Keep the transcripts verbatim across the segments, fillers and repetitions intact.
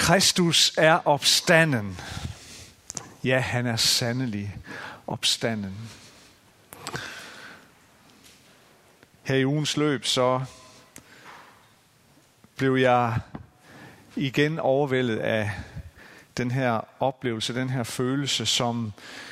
Kristus er opstanden. Ja, han er sandelig opstanden. Her i ugens løb, så blev jeg igen overvældet af den her oplevelse, den her følelse, som,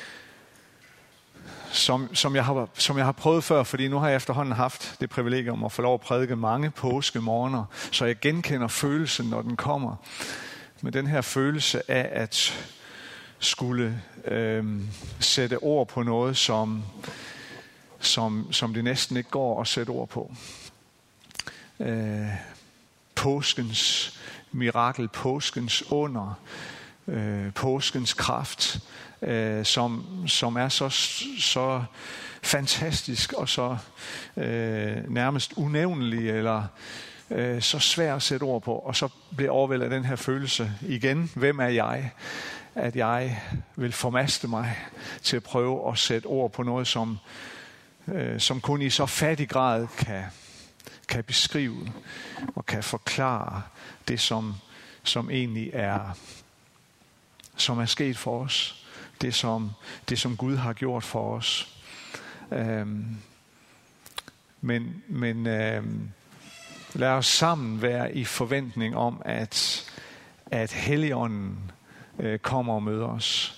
som, som, jeg har, som jeg har prøvet før, fordi nu har jeg efterhånden haft det privilegium at få lov at prædike mange påskemorgener, så jeg genkender følelsen, når den kommer. Med den her følelse af at skulle øh, sætte ord på noget, som, som, som det næsten ikke går at sætte ord på. Øh, påskens mirakel, påskens under, øh, påskens kraft, øh, som, som er så, så fantastisk og så øh, nærmest unævnelig, eller øh, så svær at sætte ord på. Og så bliver overvældet af den her følelse igen. Hvem er jeg? At jeg vil formaste mig til at prøve at sætte ord på noget, som, øh, som kun i så fattig grad kan, kan beskrive og kan forklare det, som, som egentlig er, som er sket for os. Det, som, det, som Gud har gjort for os. Øhm, men men øhm, lad os sammen være i forventning om, at, at Helligånden øh, kommer og møder os.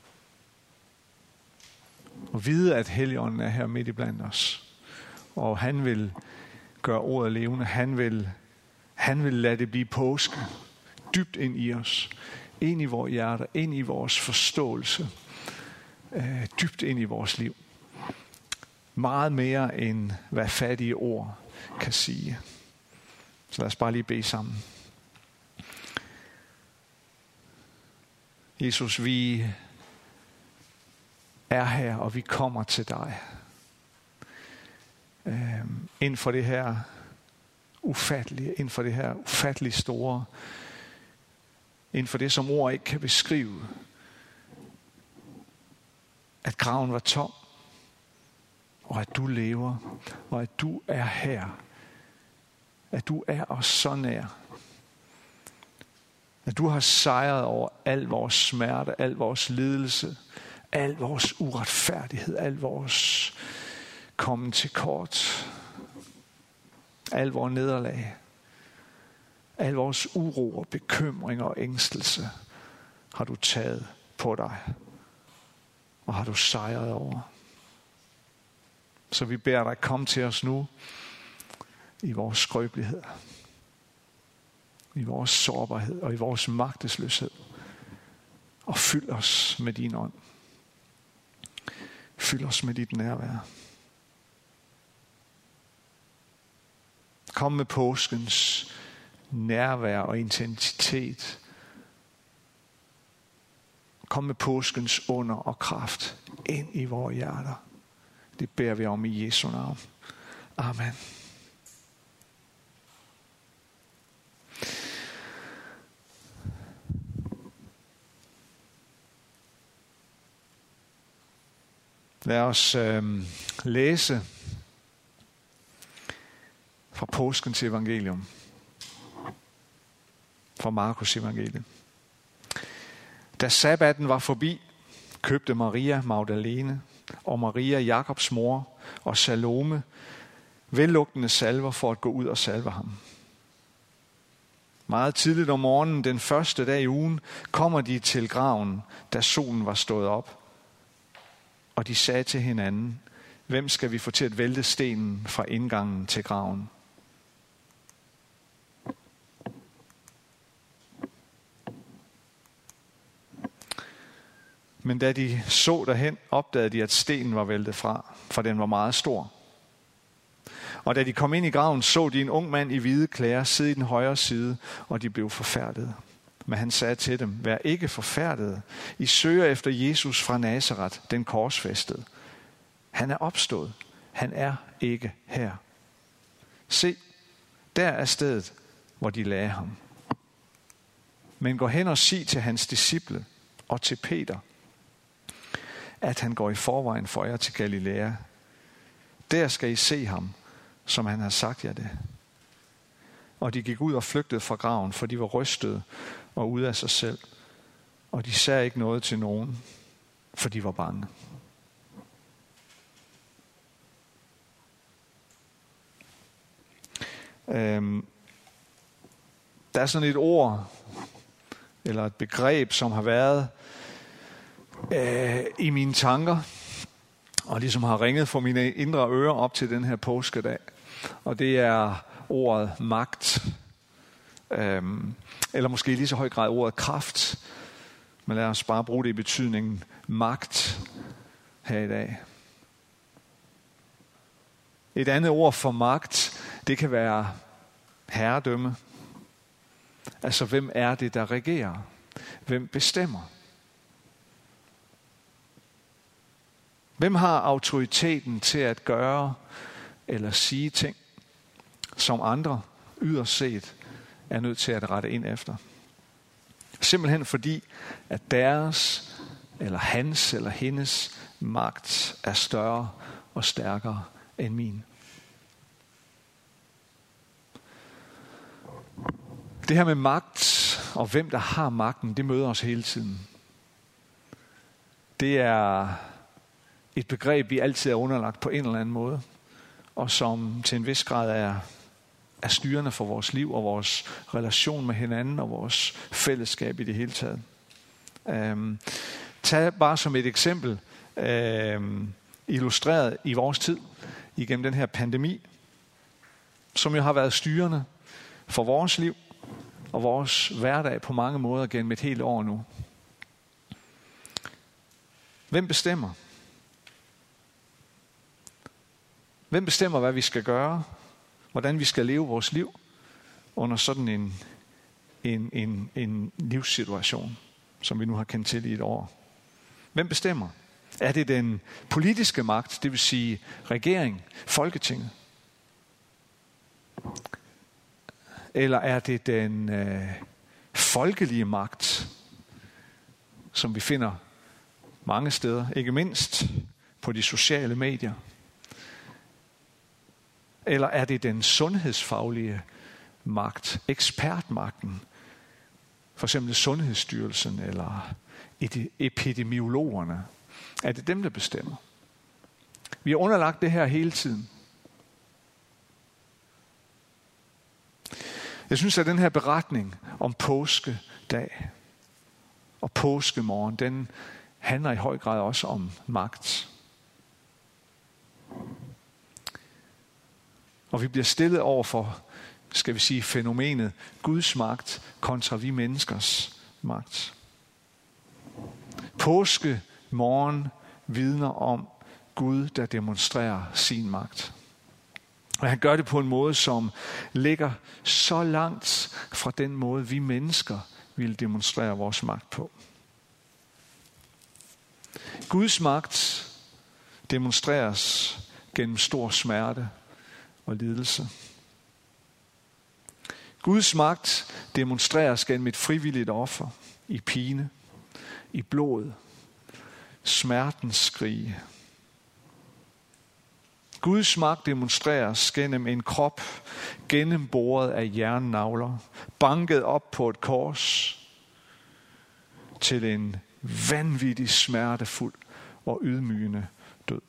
Og vide, at Helligånden er her midt i blandt os. Og han vil gøre ordet levende. Han vil, han vil lade det blive påske dybt ind i os. Ind i vores hjerter, ind i vores forståelse. Øh, dybt ind i vores liv. Meget mere end hvad fattige ord kan sige. Så lad os bare lige bede sammen. Jesus, vi er her, og vi kommer til dig. Øh, ind for det her ufattelige, ind for det her ufatteligt store, ind for det, som ord ikke kan beskrive. At graven var tom, og at du lever, og at du er her. At du er os så nær. At du har sejret over al vores smerte, al vores lidelse, al vores uretfærdighed, al vores kommen til kort, al vores nederlag, al vores uro og bekymring og ængstelse har du taget på dig, og har du sejret over. Så vi beder dig, kom til os nu i vores skrøbelighed, i vores sårbarhed og i vores magtesløshed, og fyld os med din ånd. Fyld os med dit nærvær. Kom med påskens nærvær og intensitet. Kom med påskens under og kraft ind i vores hjerter. Det beder vi om i Jesu navn. Amen. Lad os øh, læse fra påskens evangelium. Fra Markus evangeliet. Da sabbaten var forbi, købte Maria Magdalene og Maria Jakobs mor og Salome vellugtende salver for at gå ud og salve ham. Meget tidligt om morgenen, den første dag i ugen, kommer de til graven, da solen var stået op. Og de sagde til hinanden, hvem skal vi få til at vælte stenen fra indgangen til graven? Men da de så derhen, opdagede de, at stenen var væltet fra, for den var meget stor. Og da de kom ind i graven, så de en ung mand i hvide klæder sidde i den højre side, og de blev forfærdede. Men han sagde til dem, vær ikke forfærdede. I søger efter Jesus fra Nazaret, den korsfæstede. Han er opstået. Han er ikke her. Se, der er stedet, hvor de lagde ham. Men gå hen og sig til hans disciple og til Peter, at han går i forvejen for jer til Galilea. Der skal I se ham, som han har sagt jer det. og de gik ud og flygtede fra graven, for de var rystede og ude af sig selv. Og de sagde ikke noget til nogen, for de var bange. Øhm, der er sådan et ord, eller et begreb, som har været øh, i mine tanker, og ligesom har ringet for mine indre ører op til den her påskedag. Og det er ordet magt. Øhm, eller måske i lige så høj grad ordet kraft. Men lad os bare bruge det i betydningen magt her i dag. Et andet ord for magt, det kan være herredømme. Altså, hvem er det, der regerer? Hvem bestemmer? Hvem har autoriteten til at gøre eller sige ting, som andre yderst set er nødt til at rette ind efter? Simpelthen fordi, at deres, eller hans, eller hendes magt er større og stærkere end min. Det her med magt, og hvem der har magten, det møder os hele tiden. Det er et begreb, vi altid er underlagt på en eller anden måde, og som til en vis grad er, er styrende for vores liv og vores relation med hinanden og vores fællesskab i det hele taget. Øhm, tag bare som et eksempel, øhm, illustreret i vores tid, igennem den her pandemi, som jo har været styrende for vores liv og vores hverdag på mange måder gennem et helt år nu. Hvem bestemmer? Hvem bestemmer, hvad vi skal gøre? Hvordan vi skal leve vores liv under sådan en, en, en, en livssituation, som vi nu har kendt til i et år? Hvem bestemmer? Er det den politiske magt, det vil sige regering, Folketinget? Eller er det den øh, folkelige magt, som vi finder mange steder, ikke mindst på de sociale medier? Eller er det den sundhedsfaglige magt, ekspertmagten, for eksempel Sundhedsstyrelsen eller epidemiologerne? Er det dem, der bestemmer? Vi har underlagt det her hele tiden. Jeg synes, at den her beretning om påskedag og påskemorgen, den handler i høj grad også om magt. Og vi bliver stillet over for, skal vi sige, fænomenet Guds magt kontra vi menneskers magt. Påskemorgen vidner om Gud, der demonstrerer sin magt. Og han gør det på en måde, som ligger så langt fra den måde, vi mennesker vil demonstrere vores magt på. Guds magt demonstreres gennem stor smerte og lidelse. Guds magt demonstreres gennem et frivilligt offer i pine, i blod, smertens skrig. Guds magt demonstreres gennem en krop gennemboret af jernnagler, banket op på et kors til en vanvittig smertefuld og ydmygende død.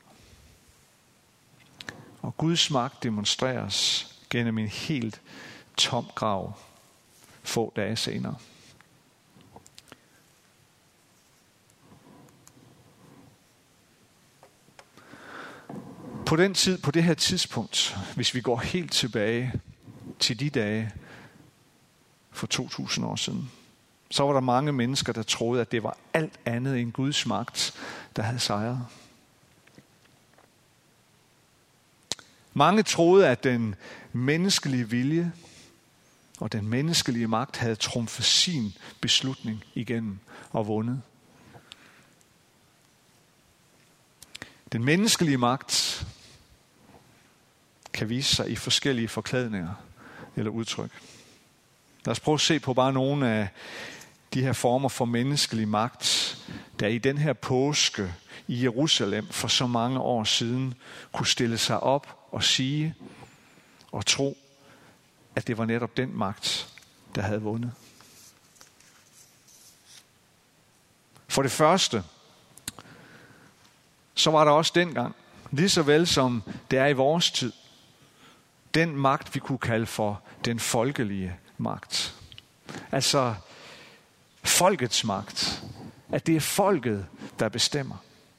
Og Guds magt demonstreres gennem en helt tom grav få dage senere. På den tid, på det her tidspunkt, hvis vi går helt tilbage til de dage for to tusind år siden, så var der mange mennesker, der troede, at det var alt andet end Guds magt, der havde sejret. Mange troede, at den menneskelige vilje og den menneskelige magt havde trumfet sin beslutning igennem og vundet. Den menneskelige magt kan vise sig i forskellige forklædninger eller udtryk. Lad os prøve at se på bare nogle af de her former for menneskelig magt, der i den her påske i Jerusalem for så mange år siden kunne stille sig op og sige og tro, at det var netop den magt, der havde vundet. For det første, så var der også dengang, lige så vel som det er i vores tid, den magt, vi kunne kalde for den folkelige magt. Altså folkets magt. At det er folket, der bestemmer.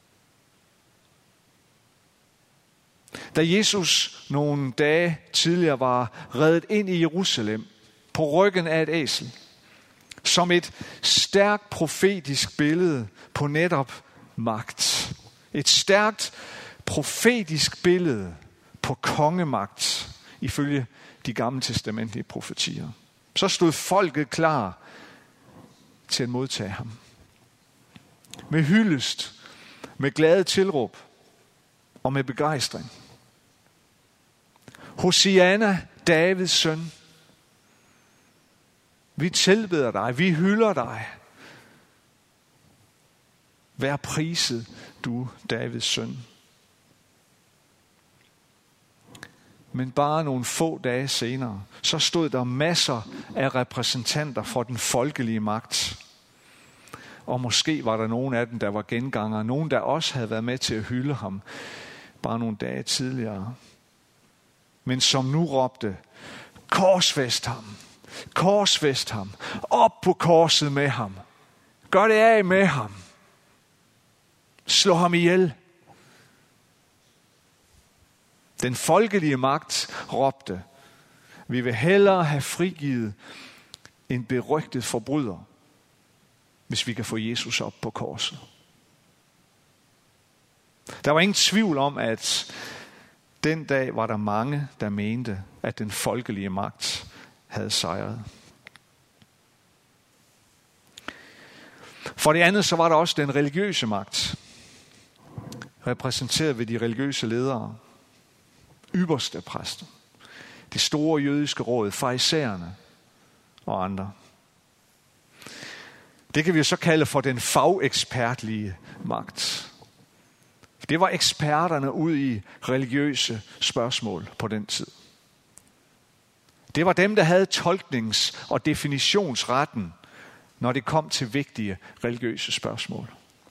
Da Jesus nogle dage tidligere var reddet ind i Jerusalem på ryggen af et æsel, som et stærkt profetisk billede på netop magt. Et stærkt profetisk billede på kongemagt, ifølge de gamle testamentlige profetier. Så stod folket klar til at modtage ham. Med hyldest, med glade tilråb og med begejstring. Hosianna, Davids søn. Vi tilbeder dig, vi hylder dig. Vær priset, du Davids søn. Men bare nogle få dage senere, så stod der masser af repræsentanter for den folkelige magt. Og måske var der nogen af dem, der var gengangere. Nogen, der også havde været med til at hylde ham bare nogle dage tidligere. Men som nu råbte, korsfæst ham, korsfæst ham, op på korset med ham. Gør det af med ham. Slå ham ihjel. Den folkelige magt råbte, vi vil hellere have frigivet en berygtet forbryder, hvis vi kan få Jesus op på korset. Der var ingen tvivl om, at den dag var der mange, der mente, at den folkelige magt havde sejret. For det andet, så var der også den religiøse magt, repræsenteret ved de religiøse ledere, ypperste præster, det store jødiske råd, farisæerne og andre. Det kan vi jo så kalde for den fagekspertlige magt. Det var eksperterne ud i religiøse spørgsmål på den tid. Det var dem, der havde tolknings- og definitionsretten, når det kom til vigtige religiøse spørgsmål.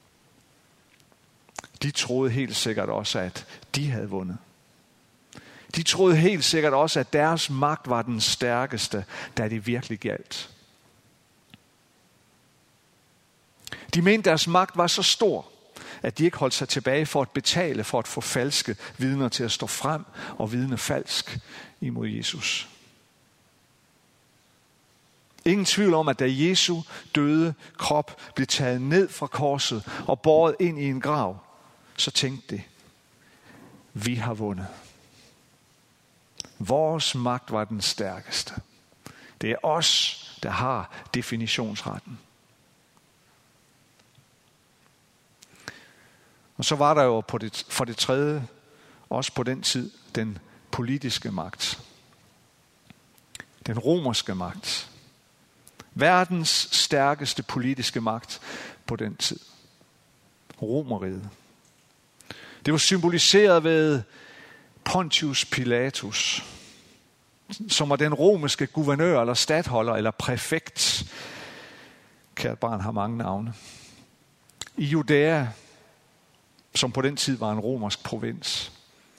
De troede helt sikkert også, at de havde vundet. De troede helt sikkert også, at deres magt var den stærkeste, da det virkelig gjaldt. De mente, deres magt var så stor, at de ikke holdt sig tilbage for at betale for at få falske vidner til at stå frem og vidne falsk imod Jesus. Ingen tvivl om, at da Jesu døde krop blev taget ned fra korset og båret ind i en grav, så tænkte de, vi har vundet. Vores magt var den stærkeste. Det er os, der har definitionsretten. Og så var der jo på det, for det tredje, også på den tid, den politiske magt. Den romerske magt. Verdens stærkeste politiske magt på den tid. Romerriget. Det var symboliseret ved Pontius Pilatus, som var den romerske guvernør, eller statholder, eller præfekt. Kært barn har mange navne. I Judæa, som på den tid var en romersk provins.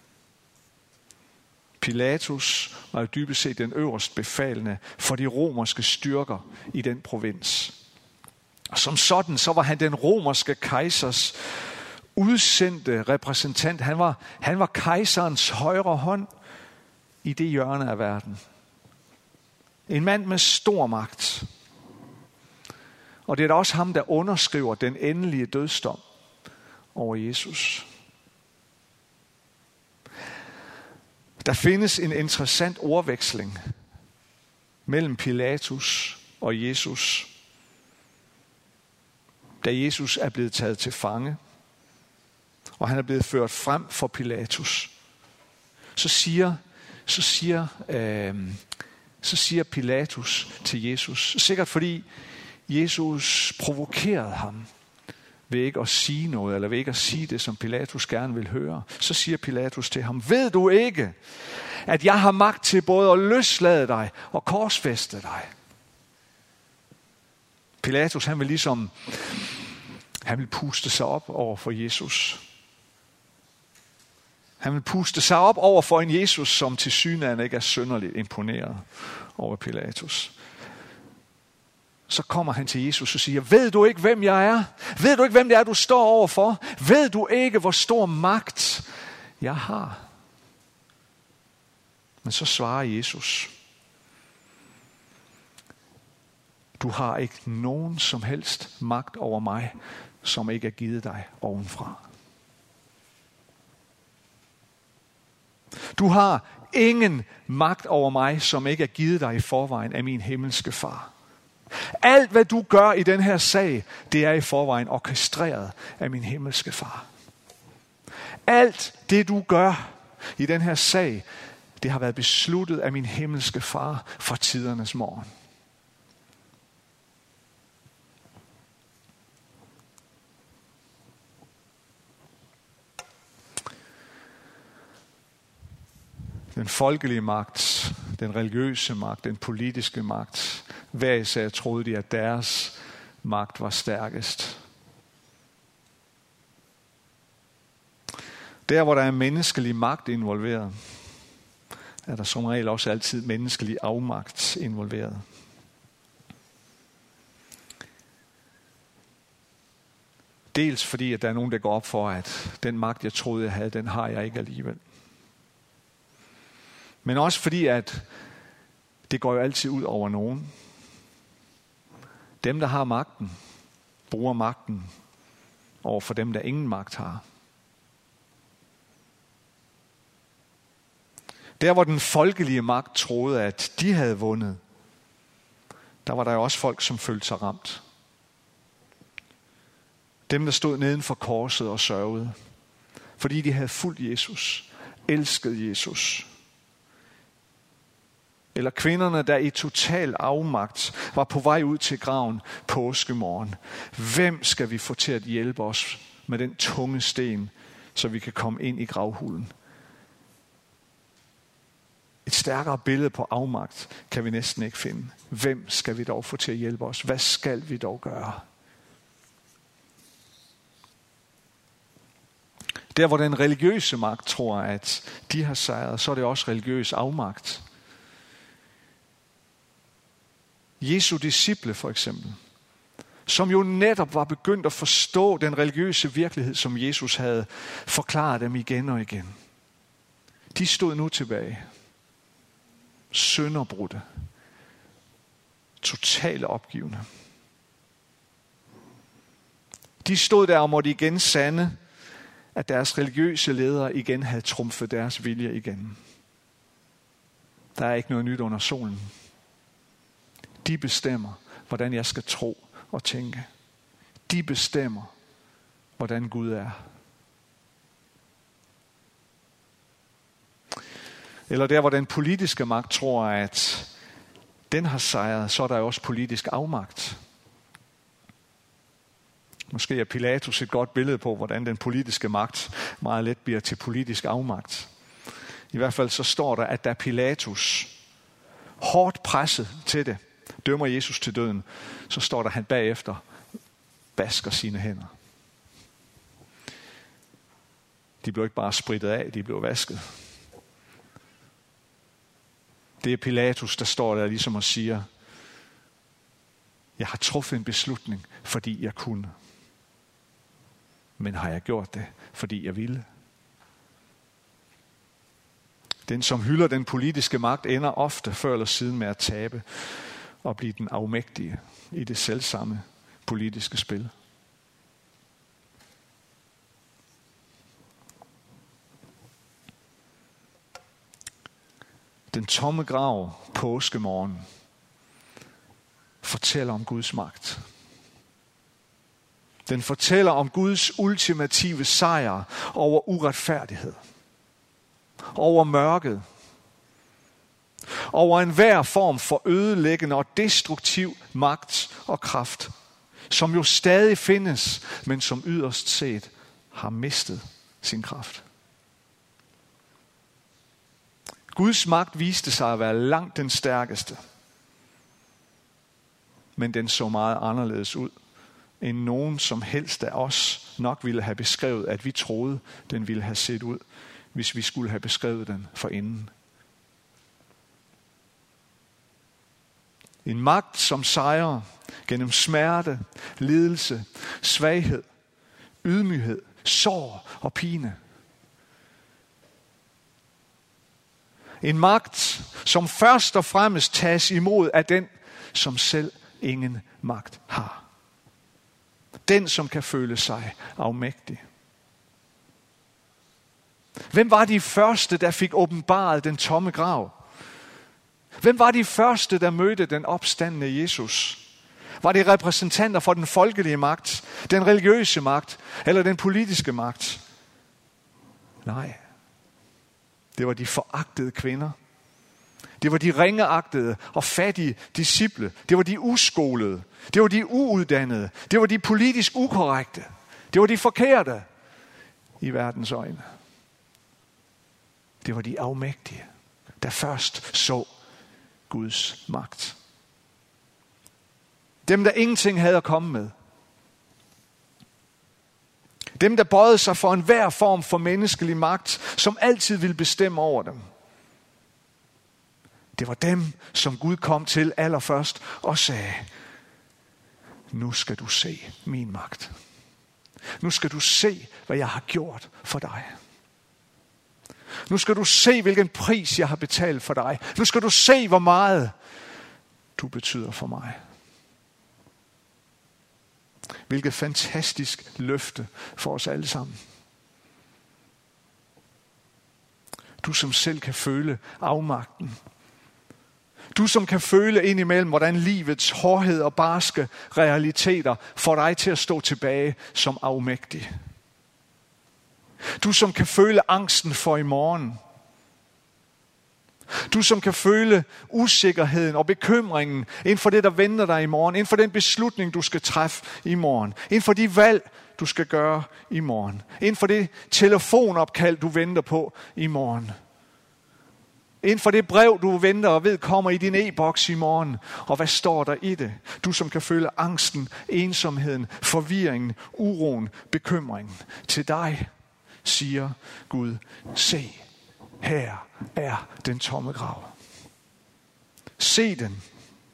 Pilatus var jo dybest set den øverst befalende for de romerske styrker i den provins. Og som sådan, så var han den romerske kejsers udsendte repræsentant. Han var, han var kejserens højre hånd i det hjørne af verden. En mand med stor magt. Og det er da også ham, der underskriver den endelige dødsdom over Jesus. Der findes en interessant ordveksling mellem Pilatus og Jesus. Da Jesus er blevet taget til fange, og han er blevet ført frem for Pilatus, så siger, så siger, øh, så siger Pilatus til Jesus, sikkert fordi Jesus provokerede ham ved ikke at sige noget, eller ved ikke at sige det, som Pilatus gerne vil høre. Så siger Pilatus til ham, ved du ikke, at jeg har magt til både at løslade dig og korsfæste dig? Pilatus, han vil ligesom, han vil puste sig op over for Jesus. Han vil puste sig op over for en Jesus, som tilsyneladende ikke er synderligt imponeret over Pilatus. Så kommer han til Jesus og siger, ved du ikke, hvem jeg er? Ved du ikke, hvem det er, du står overfor? Ved du ikke, hvor stor magt jeg har? Men så svarer Jesus, du har ikke nogen som helst magt over mig, som ikke er givet dig ovenfra. Du har ingen magt over mig, som ikke er givet dig i forvejen af min himmelske far. Alt, hvad du gør i den her sag, det er i forvejen orkestreret af min himmelske far. Alt det, du gør i den her sag, det har været besluttet af min himmelske far fra tidernes morgen. Den folkelige magt, den religiøse magt, den politiske magt, hver især troede de, at deres magt var stærkest. Der, hvor der er menneskelig magt involveret, er der som regel også altid menneskelig afmagt involveret. Dels fordi, at der er nogen, der går op for, at den magt, jeg troede, jeg havde, den har jeg ikke alligevel. Men også fordi, at det går jo altid ud over nogen. Dem, der har magten, bruger magten over for dem, der ingen magt har. Der, hvor den folkelige magt troede, at de havde vundet, der var der jo også folk, som følte sig ramt. Dem, der stod neden for korset og sørgede, fordi de havde fulgt Jesus, elsket Jesus. Eller kvinderne, der i total afmagt var på vej ud til graven påskemorgen. Hvem skal vi få til at hjælpe os med den tunge sten, så vi kan komme ind i gravhulen? Et stærkere billede på afmagt kan vi næsten ikke finde. Hvem skal vi dog få til at hjælpe os? Hvad skal vi dog gøre? Der, hvor den religiøse magt tror, at de har sejret, så er det også religiøs afmagt. Jesu disciple for eksempel, som jo netop var begyndt at forstå den religiøse virkelighed, som Jesus havde forklaret dem igen og igen. De stod nu tilbage. Sønderbrudte. Totalt opgivende. De stod der og måtte igen sande, at deres religiøse ledere igen havde trumfet deres vilje igen. Der er ikke noget nyt under solen. De bestemmer, hvordan jeg skal tro og tænke. De bestemmer, hvordan Gud er. Eller der, hvor den politiske magt tror, at den har sejret, så er der jo også politisk afmagt. Måske er Pilatus et godt billede på, hvordan den politiske magt meget let bliver til politisk afmagt. I hvert fald så står der, at da Pilatus hårdt presset til det, dømmer Jesus til døden, så står der, at han bagefter basker sine hænder. De blev ikke bare spritet af, de blev vasket. Det er Pilatus, der står der ligesom og siger, jeg har truffet en beslutning, fordi jeg kunne. Men har jeg gjort det, fordi jeg ville? Den, som hylder den politiske magt, ender ofte før eller siden med at tabe og blive den afmægtige i det selvsamme politiske spil. Den tomme grav påskemorgen fortæller om Guds magt. Den fortæller om Guds ultimative sejr over uretfærdighed, over mørket, over enhver form for ødelæggende og destruktiv magt og kraft, som jo stadig findes, men som yderst set har mistet sin kraft. Guds magt viste sig at være langt den stærkeste, men den så meget anderledes ud, end nogen som helst af os nok ville have beskrevet, at vi troede, den ville have set ud, hvis vi skulle have beskrevet den forinden. En magt, som sejrer gennem smerte, lidelse, svaghed, ydmyghed, sorg og pine. En magt, som først og fremmest tages imod af den, som selv ingen magt har. Den, som kan føle sig afmægtig. Hvem var de første, der fik åbenbaret den tomme grav? Hvem var de første, der mødte den opstandne Jesus? Var det repræsentanter for den folkelige magt, den religiøse magt eller den politiske magt? Nej. Det var de foragtede kvinder. Det var de ringeagtede og fattige disciple. Det var de uskolede. Det var de uuddannede. Det var de politisk ukorrekte. Det var de forkerte i verdens øjne. Det var de afmægtige, der først så Guds magt. Dem, der ingenting havde at komme med. Dem, der bøjede sig for enhver form for menneskelig magt, som altid ville bestemme over dem. Det var dem, som Gud kom til allerførst og sagde, nu skal du se min magt. Nu skal du se, hvad jeg har gjort for dig. Nu skal du se, hvilken pris jeg har betalt for dig. Nu skal du se, hvor meget du betyder for mig. Hvilket fantastisk løfte for os alle sammen. Du som selv kan føle afmagten. Du som kan føle indimellem, hvordan livets hårdhed og barske realiteter får dig til at stå tilbage som afmægtig. Du som kan føle angsten for i morgen. Du som kan føle usikkerheden og bekymringen inden for det, der venter dig i morgen. Inden for den beslutning, du skal træffe i morgen. Inden for de valg, du skal gøre i morgen. Inden for det telefonopkald, du venter på i morgen. Inden for det brev, du venter og ved kommer i din e-boks i morgen. Og hvad står der i det? Du som kan føle angsten, ensomheden, forvirringen, uroen, bekymringen. Til dig siger Gud, se, her er den tomme grav. Se den.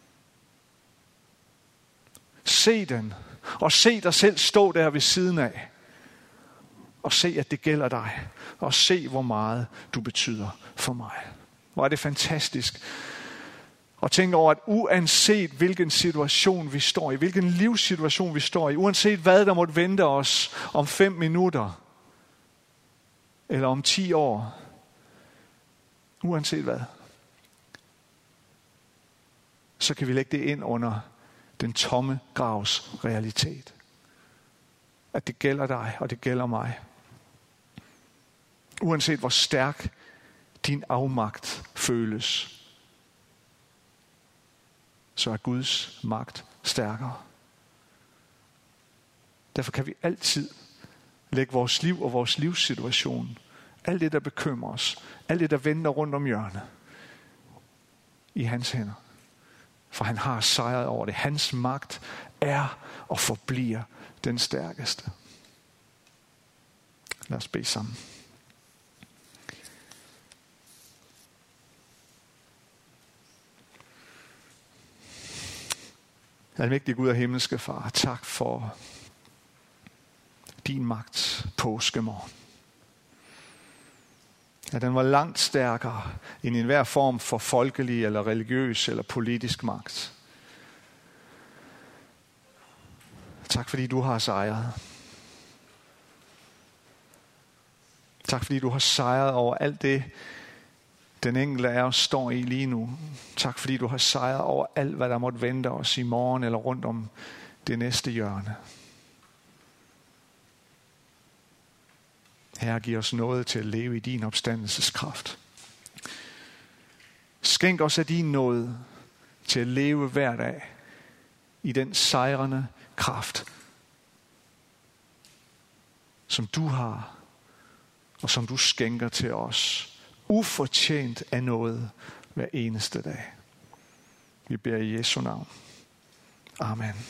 Se den. Og se dig selv stå der ved siden af. Og se, at det gælder dig. Og se, hvor meget du betyder for mig. Hvor er det fantastisk at tænke over, at uanset hvilken situation vi står i, hvilken livssituation vi står i, uanset hvad der måtte vente os om fem minutter, eller om ti år, uanset hvad, så kan vi lægge det ind under den tomme gravs realitet. At det gælder dig, og det gælder mig. Uanset hvor stærk din afmagt føles, så er Guds magt stærkere. Derfor kan vi altid lægge vores liv og vores livssituation, alt det, der bekymrer os, alt det, der venter rundt om hjørnet, i hans hænder. For han har sejret over det. Hans magt er og forbliver den stærkeste. Lad os bede sammen. Almægtige Gud og himmelske Far, tak for din magt påskemorgen. Ja, den var langt stærkere end enhver form for folkelig eller religiøs eller politisk magt. Tak fordi du har sejret. Tak fordi du har sejret over alt det, den enkelte af os står i lige nu. Tak fordi du har sejret over alt, hvad der måtte vente os i morgen eller rundt om det næste hjørne. Herre, giv os noget til at leve i din opstandelseskraft. Skænk os af din nåde til at leve hver dag i den sejrende kraft, som du har, og som du skænker til os, ufortjent af noget hver eneste dag. Vi beder i Jesu navn. Amen.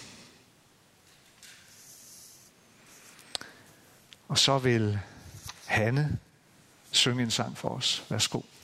Og så vil Hanne synge en sang for os. Værsgo.